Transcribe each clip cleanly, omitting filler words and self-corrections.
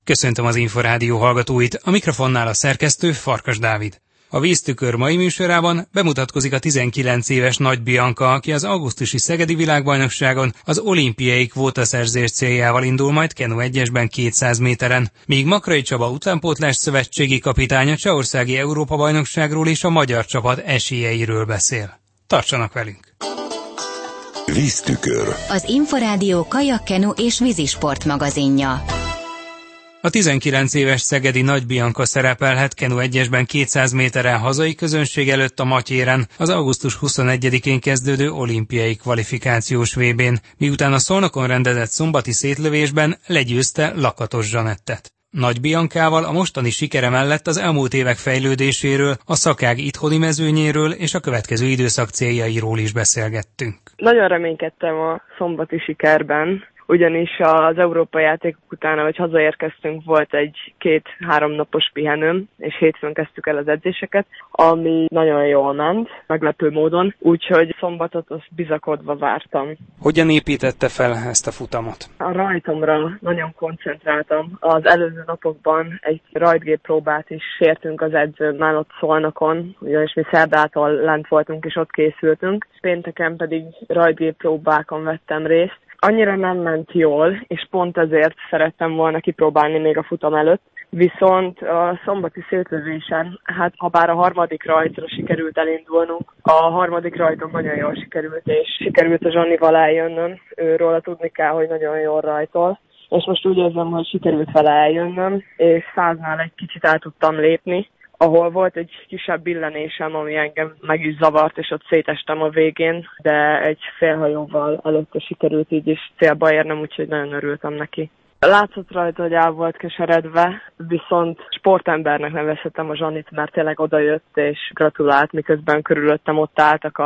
Köszöntöm az Inforádió hallgatóit, a mikrofonnál a szerkesztő Farkas Dávid. A Víztükör mai műsorában bemutatkozik a 19 éves Nagy Bianka, aki az augusztusi Szegedi Világbajnokságon az olimpiai kvótaszerzés céljával indul majd Kenu 1-esben 200 méteren, míg Makrai Csaba utánpótlás szövetségi kapitány a csehországi Európa-bajnokságról és a magyar csapat esélyeiről beszél. Tartsanak velünk! Víztükör. Az Inforádió kajak, kenu és vízisport magazinja. A 19 éves szegedi Nagy Bianka szerepelhet Kenu 1-esben 200 méteren hazai közönség előtt a Matyéren, az augusztus 21-én kezdődő olimpiai kvalifikációs VB-n, miután a Szolnokon rendezett szombati szétlövésben legyőzte Lakatos Zsanettet. Nagy Biankával a mostani sikere mellett az elmúlt évek fejlődéséről, a szakág itthoni mezőnyéről és a következő időszak céljairól is beszélgettünk. Nagyon reménykedtem a szombati sikerben, ugyanis az Európa játékok után, ahogy hazaérkeztünk, volt egy 2-3 napos pihenőm, és hétfőn kezdtük el az edzéseket, ami nagyon jól ment, meglepő módon, úgyhogy szombatot azt bizakodva vártam. Hogyan építette fel ezt a futamot? A rajtomra nagyon koncentráltam. Az előző napokban egy rajtgép próbát is sértünk az edzőmmel ott Szolnokon, ugyanis mi szerdától lent voltunk és ott készültünk, pénteken pedig rajtgép próbákon vettem részt. Annyira nem ment jól, és pont ezért szerettem volna kipróbálni még a futam előtt. Viszont a szombati szétlövésen, ha bár a harmadik rajtra sikerült elindulnunk, a harmadik rajton nagyon jól sikerült, és sikerült a Zsanival eljönnöm. Róla tudni kell, hogy nagyon jól rajtol. És most úgy érzem, hogy sikerült vele eljönnöm, és 100-nál egy kicsit el tudtam lépni, ahol volt egy kisebb billenésem, ami engem meg is zavart, és ott szétestem a végén, de egy félhajóval előtte sikerült így is célba érnem, úgyhogy nagyon örültem neki. Látszott rajta, hogy el volt keseredve, viszont sportembernek nevezhetem a Zsanit, mert tényleg odajött és gratulált, miközben körülöttem ott álltak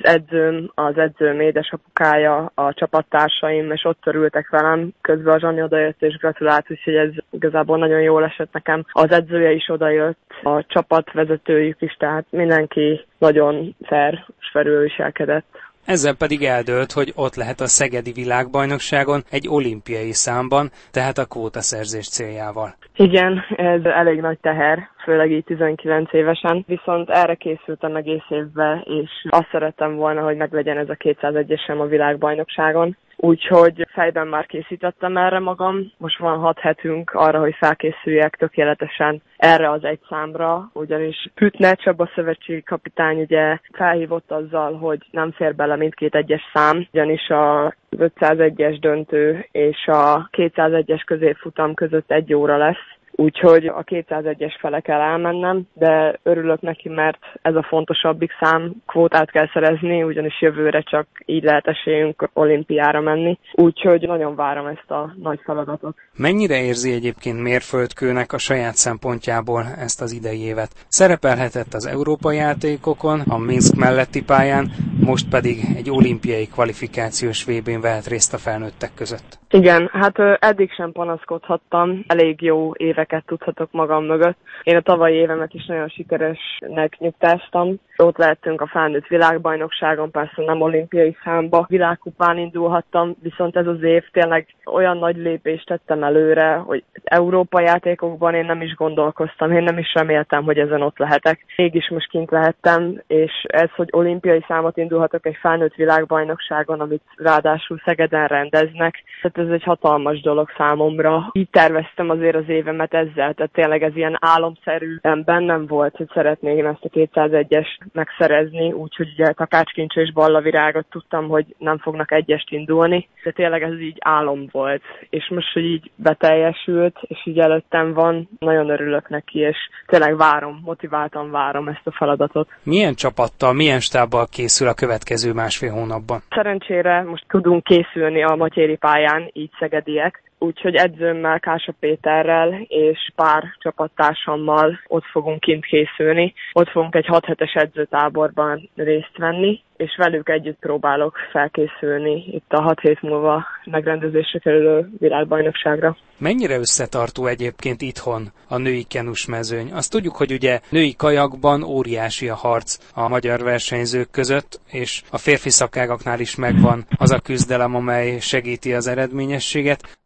az edzőm édesapukája, a csapattársaim, és ott örültek velem. Közben a Zsani odajött és gratulált, úgyhogy ez igazából nagyon jól esett nekem. Az edzője is odajött, a csapatvezetőjük is, tehát mindenki nagyon fair és felülviselkedett. Ezzel pedig eldőlt, hogy ott lehet a Szegedi Világbajnokságon egy olimpiai számban, tehát a kvótaszerzés céljával. Igen, ez elég nagy teher, főleg így 19 évesen, viszont erre készültem egész évben, és azt szerettem volna, hogy meglegyen ez a 201-esem a világbajnokságon. Úgyhogy fejben már készítettem erre magam. Most van 6 hetünk arra, hogy felkészüljek tökéletesen erre az egy számra, ugyanis Püttner Csaba szövetségi kapitány ugye felhívott azzal, hogy nem fér bele mindkét egyes szám, ugyanis a 501-es döntő és a 201-es középfutam között 1 óra lesz. Úgyhogy a 201-es fele kell elmennem, de örülök neki, mert ez a fontosabbik szám, kvótát kell szerezni, ugyanis jövőre csak így lehet esélyünk olimpiára menni. Úgyhogy nagyon várom ezt a nagy feladatot. Mennyire érzi egyébként mérföldkőnek a saját szempontjából ezt az idei évet? Szerepelhetett az Európa játékokon, a Minszk melletti pályán, most pedig egy olimpiai kvalifikációs VB-n vehet részt a felnőttek között. Igen, eddig sem panaszkodhattam, elég jó éveket tudhatok magam mögött. Én a tavalyi évemet is nagyon sikeresnek nyugtáztam. Ott lehettünk a felnőtt világbajnokságon, persze nem olimpiai számba, világkupán indulhattam, viszont ez az év tényleg olyan nagy lépést tettem előre, hogy Európa játékokban én nem is gondolkoztam, én nem is reméltem, hogy ezen ott lehetek. Mégis most kint lehettem, és ez, hogy olimpiai számot indulhatok egy felnőtt világbajnokságon, amit ráadásul Szegeden rendeznek, tehát ez egy hatalmas dolog számomra. Így terveztem azért az évemet ezzel, tehát tényleg ez ilyen álomszerűen bennem volt, hogy szeretném ezt a 201-es megszerezni, úgyhogy ugye Takács és Ballavirágot tudtam, hogy nem fognak egyest indulni, de tényleg ez így álom volt, és most, hogy így beteljesült, és így előttem van, nagyon örülök neki, és tényleg motiváltan várom ezt a feladatot. Milyen csapattal, milyen stábbal készül a következő másfél hónapban? Szerencsére most tudunk készülni a matyéri pályán, így szegediek, úgyhogy edzőmmel, Kása Péterrel és pár csapattársammal ott fogunk kint készülni. Ott fogunk egy 6 hetes edzőtáborban részt venni, és velük együtt próbálok felkészülni itt a 6 hét múlva megrendezésre kerülő világbajnokságra. Mennyire összetartó egyébként itthon a női kenus mezőny? Azt tudjuk, hogy ugye női kajakban óriási a harc a magyar versenyzők között, és a férfi szakágaknál is megvan az a küzdelem, amely segíti az eredményességet.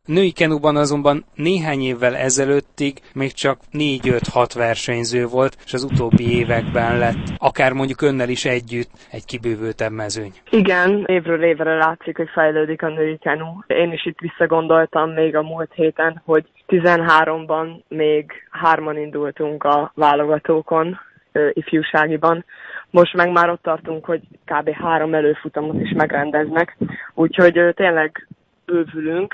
Női kenuban azonban néhány évvel ezelőttig még csak 4-5-6 versenyző volt, és az utóbbi években lett, akár mondjuk önnel is együtt, egy kibővültebb mezőny. Igen, évről évre látszik, hogy fejlődik a női kenu. Én is itt visszagondoltam még a múlt héten, hogy 13-ban még 3-an indultunk a válogatókon, ifjúságiban. Most meg már ott tartunk, hogy kb. 3 előfutamot is megrendeznek, úgyhogy tényleg bővülünk.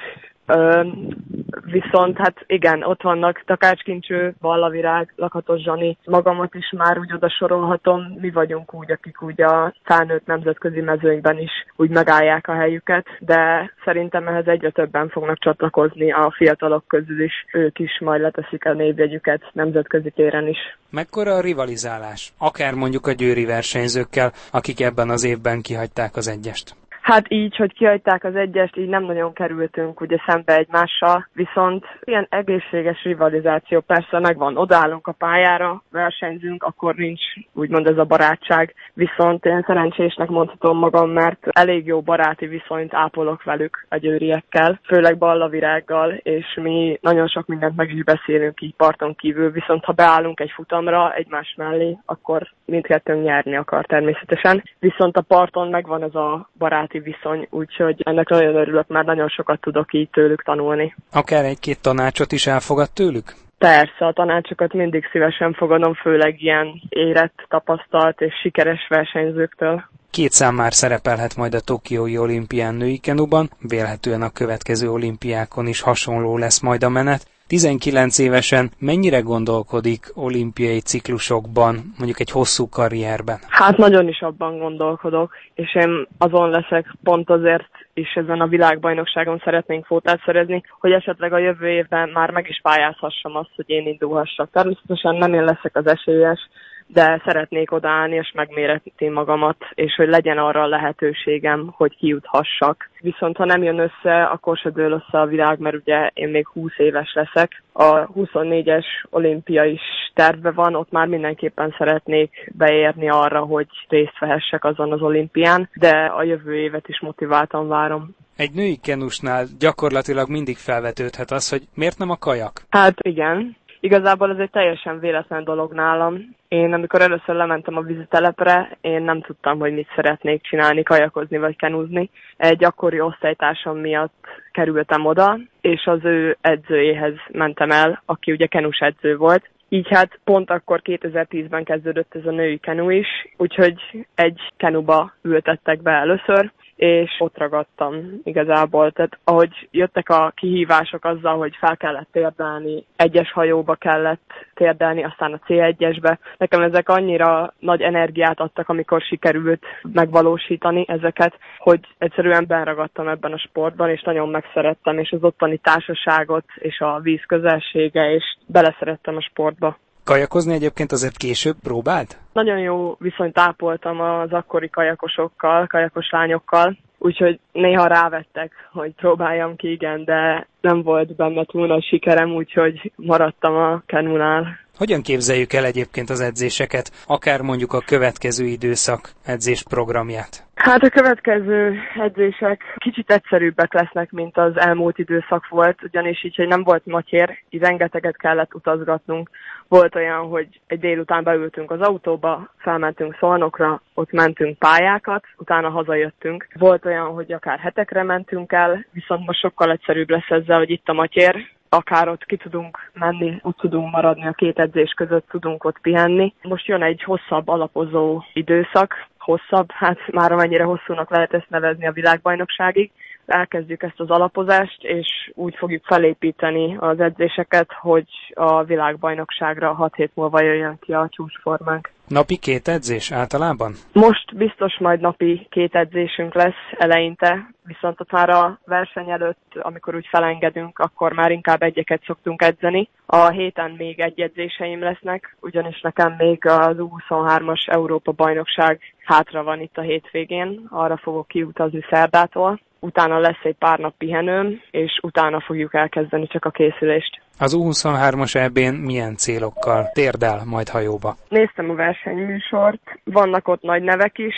Viszont hát igen, ott vannak Takács Kincső, Vallavirág, Lakatos Zsani, magamat is már úgy oda sorolhatom, mi vagyunk úgy, akik úgy a felnőtt nemzetközi mezőnyben is úgy megállják a helyüket, de szerintem ehhez egyre többen fognak csatlakozni a fiatalok közül is, ők is majd leteszik a névjegyüket nemzetközi téren is. Mekkora a rivalizálás? Akár mondjuk a győri versenyzőkkel, akik ebben az évben kihagyták az egyest. Hát így, hogy kihagyták az egyest, így nem nagyon kerültünk ugye szembe egymással, viszont ilyen egészséges rivalizáció persze megvan, odaállunk a pályára, versenyzünk, akkor nincs úgymond ez a barátság, viszont én szerencsésnek mondhatom magam, mert elég jó baráti viszonyt ápolok velük a győriekkel, főleg Ballavirággal, és mi nagyon sok mindent meg is beszélünk így parton kívül, viszont ha beállunk egy futamra egymás mellé, akkor mindkettőnk nyerni akar természetesen, viszont a parton megvan ez a baráti viszony, úgyhogy ennek nagyon örülök, mert nagyon sokat tudok így tőlük tanulni. Akár egy-két tanácsot is elfogad tőlük? Persze, a tanácsokat mindig szívesen fogadom, főleg ilyen érett, tapasztalt és sikeres versenyzőktől. 2 szám már szerepelhet majd a Tokiói olimpián női kenuban, vélhetően a következő olimpiákon is hasonló lesz majd a menet. 19 évesen mennyire gondolkodik olimpiai ciklusokban, mondjuk egy hosszú karrierben? Hát nagyon is abban gondolkodok, és én azon leszek pont azért is ezen a világbajnokságon szeretnénk kvótát szerezni, hogy esetleg a jövő évben már meg is pályázhassam azt, hogy én indulhassak. Természetesen nem én leszek az esélyes, de szeretnék odaállni és megméretni magamat, és hogy legyen arra a lehetőségem, hogy kijuthassak. Viszont ha nem jön össze, akkor se dől össze a világ, mert ugye én még 20 éves leszek. A 24-es olimpia is tervbe van, ott már mindenképpen szeretnék beérni arra, hogy részt vehessek azon az olimpián, de a jövő évet is motiváltan várom. Egy női kenusnál gyakorlatilag mindig felvetődhet az, hogy miért nem a kajak? Hát igen. Igazából ez egy teljesen véletlen dolog nálam. Én amikor először lementem a vízitelepre, én nem tudtam, hogy mit szeretnék csinálni, kajakozni vagy kenúzni. Egy akkori osztálytársam miatt kerültem oda, és az ő edzőjéhez mentem el, aki ugye kenus edző volt. Így hát pont akkor 2010-ben kezdődött ez a női kenu is, úgyhogy egy kenuba ültettek be először, és ott ragadtam igazából. Tehát ahogy jöttek a kihívások azzal, hogy fel kellett térdelni, egyes hajóba kellett térdelni, aztán a C1-esbe. Nekem ezek annyira nagy energiát adtak, amikor sikerült megvalósítani ezeket, hogy egyszerűen benragadtam ebben a sportban, és nagyon megszerettem, és az ottani társaságot, és a víz közelsége, és beleszerettem a sportba. Kajakozni egyébként azért később próbált? Nagyon jó viszonyt ápoltam az akkori kajakosokkal, kajakos lányokkal, úgyhogy néha rávettek, hogy próbáljam ki, igen, de nem volt benne túl nagy sikerem, úgyhogy maradtam a kenunál. Hogyan képzeljük el egyébként az edzéseket, akár mondjuk a következő időszak edzésprogramját? Hát a következő edzések kicsit egyszerűbbek lesznek, mint az elmúlt időszak volt, ugyanis így, hogy nem volt matyér, így rengeteget kellett utazgatnunk. Volt olyan, hogy egy délután beültünk az autóba, felmentünk Szolnokra, ott mentünk pályákat, utána hazajöttünk. Volt olyan, hogy akár hetekre mentünk el, viszont most sokkal egyszerűbb lesz ezzel, hogy itt a matyér, akár ott ki tudunk menni, ott tudunk maradni a 2 edzés között, tudunk ott pihenni. Most jön egy hosszabb alapozó időszak, hosszabb, hát már amennyire hosszúnak lehet ezt nevezni a világbajnokságig. Elkezdjük ezt az alapozást, és úgy fogjuk felépíteni az edzéseket, hogy a világbajnokságra 6 hét múlva jöjjön ki a csúcsformánk. Napi 2 edzés általában? Most biztos majd napi 2 edzésünk lesz eleinte, viszont ott már a verseny előtt, amikor úgy felengedünk, akkor már inkább egyeket szoktunk edzeni. A héten még 1 edzéseim lesznek, ugyanis nekem még az U23-as Európa-bajnokság hátra van itt a hétvégén, arra fogok kiutazni szerdától. Utána lesz egy pár nap pihenőm, és utána fogjuk elkezdeni csak a készülést. Az U23-as EB-n milyen célokkal térdel majd hajóba? Néztem a versenyműsort, vannak ott nagy nevek is,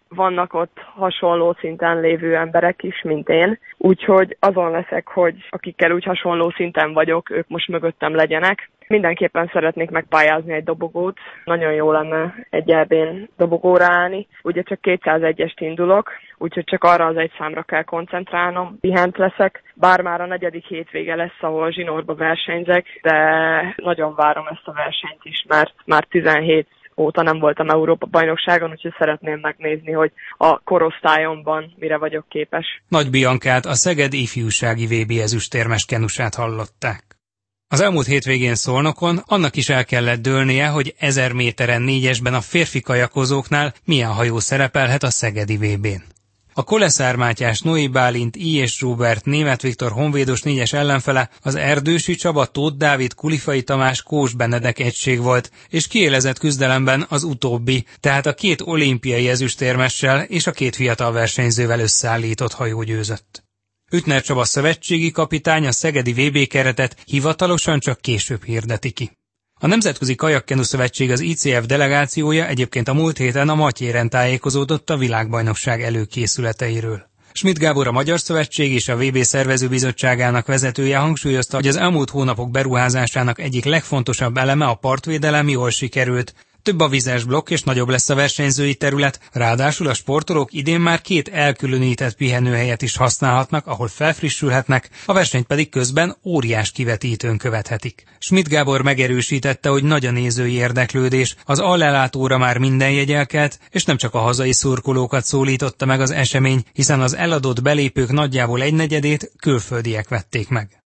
vannak ott hasonló szinten lévő emberek is, mint én. Úgyhogy azon leszek, hogy akikkel úgy hasonló szinten vagyok, ők most mögöttem legyenek. Mindenképpen szeretnék megpályázni egy dobogót. Nagyon jó lenne egy EB-n dobogóra állni. Ugye csak 201-est indulok, úgyhogy csak arra az egy számra kell koncentrálnom. Pihent leszek, bár már a 4. hétvége lesz, ahol zsinórba versenyzek, de nagyon várom ezt a versenyt is, mert már 17 óta nem voltam Európa-bajnokságon, úgyhogy szeretném megnézni, hogy a korosztályomban mire vagyok képes. Nagy Biancát, a Szeged ifjúsági VB ezüstérmes kenusát hallották. Az elmúlt hétvégén Szolnokon annak is el kellett dőlnie, hogy 1000 méteren 4-esben a férfi kajakozóknál milyen hajó szerepelhet a szegedi VB-n. A Koleszár Mátyás, Noé Bálint, I. és Róbert, Németh Viktor honvédos 4-es ellenfele az Erdősi Csaba, Tóth Dávid, Kulifai Tamás, Kós Benedek egység volt, és kiélezett küzdelemben az utóbbi, tehát a 2 olimpiai ezüstérmessel és a 2 fiatal versenyzővel összeállított hajó győzött. Ütner Csaba szövetségi kapitány a szegedi VB keretet hivatalosan csak később hirdeti ki. A Nemzetközi Kajakkenu Szövetség, az ICF delegációja egyébként a múlt héten a Matyéren tájékozódott a világbajnokság előkészületeiről. Schmidt Gábor, a Magyar Szövetség és a VB szervezőbizottságának vezetője hangsúlyozta, hogy az elmúlt hónapok beruházásának egyik legfontosabb eleme a partvédelem jól sikerült. Több a vizes blokk és nagyobb lesz a versenyzői terület, ráadásul a sportolók idén már 2 elkülönített pihenőhelyet is használhatnak, ahol felfrissülhetnek, a versenyt pedig közben óriás kivetítőn követhetik. Schmidt Gábor megerősítette, hogy nagy a nézői érdeklődés, az alellátóra már minden jegy elkelt, és nem csak a hazai szurkolókat szólította meg az esemény, hiszen az eladott belépők nagyjából 1/4 külföldiek vették meg.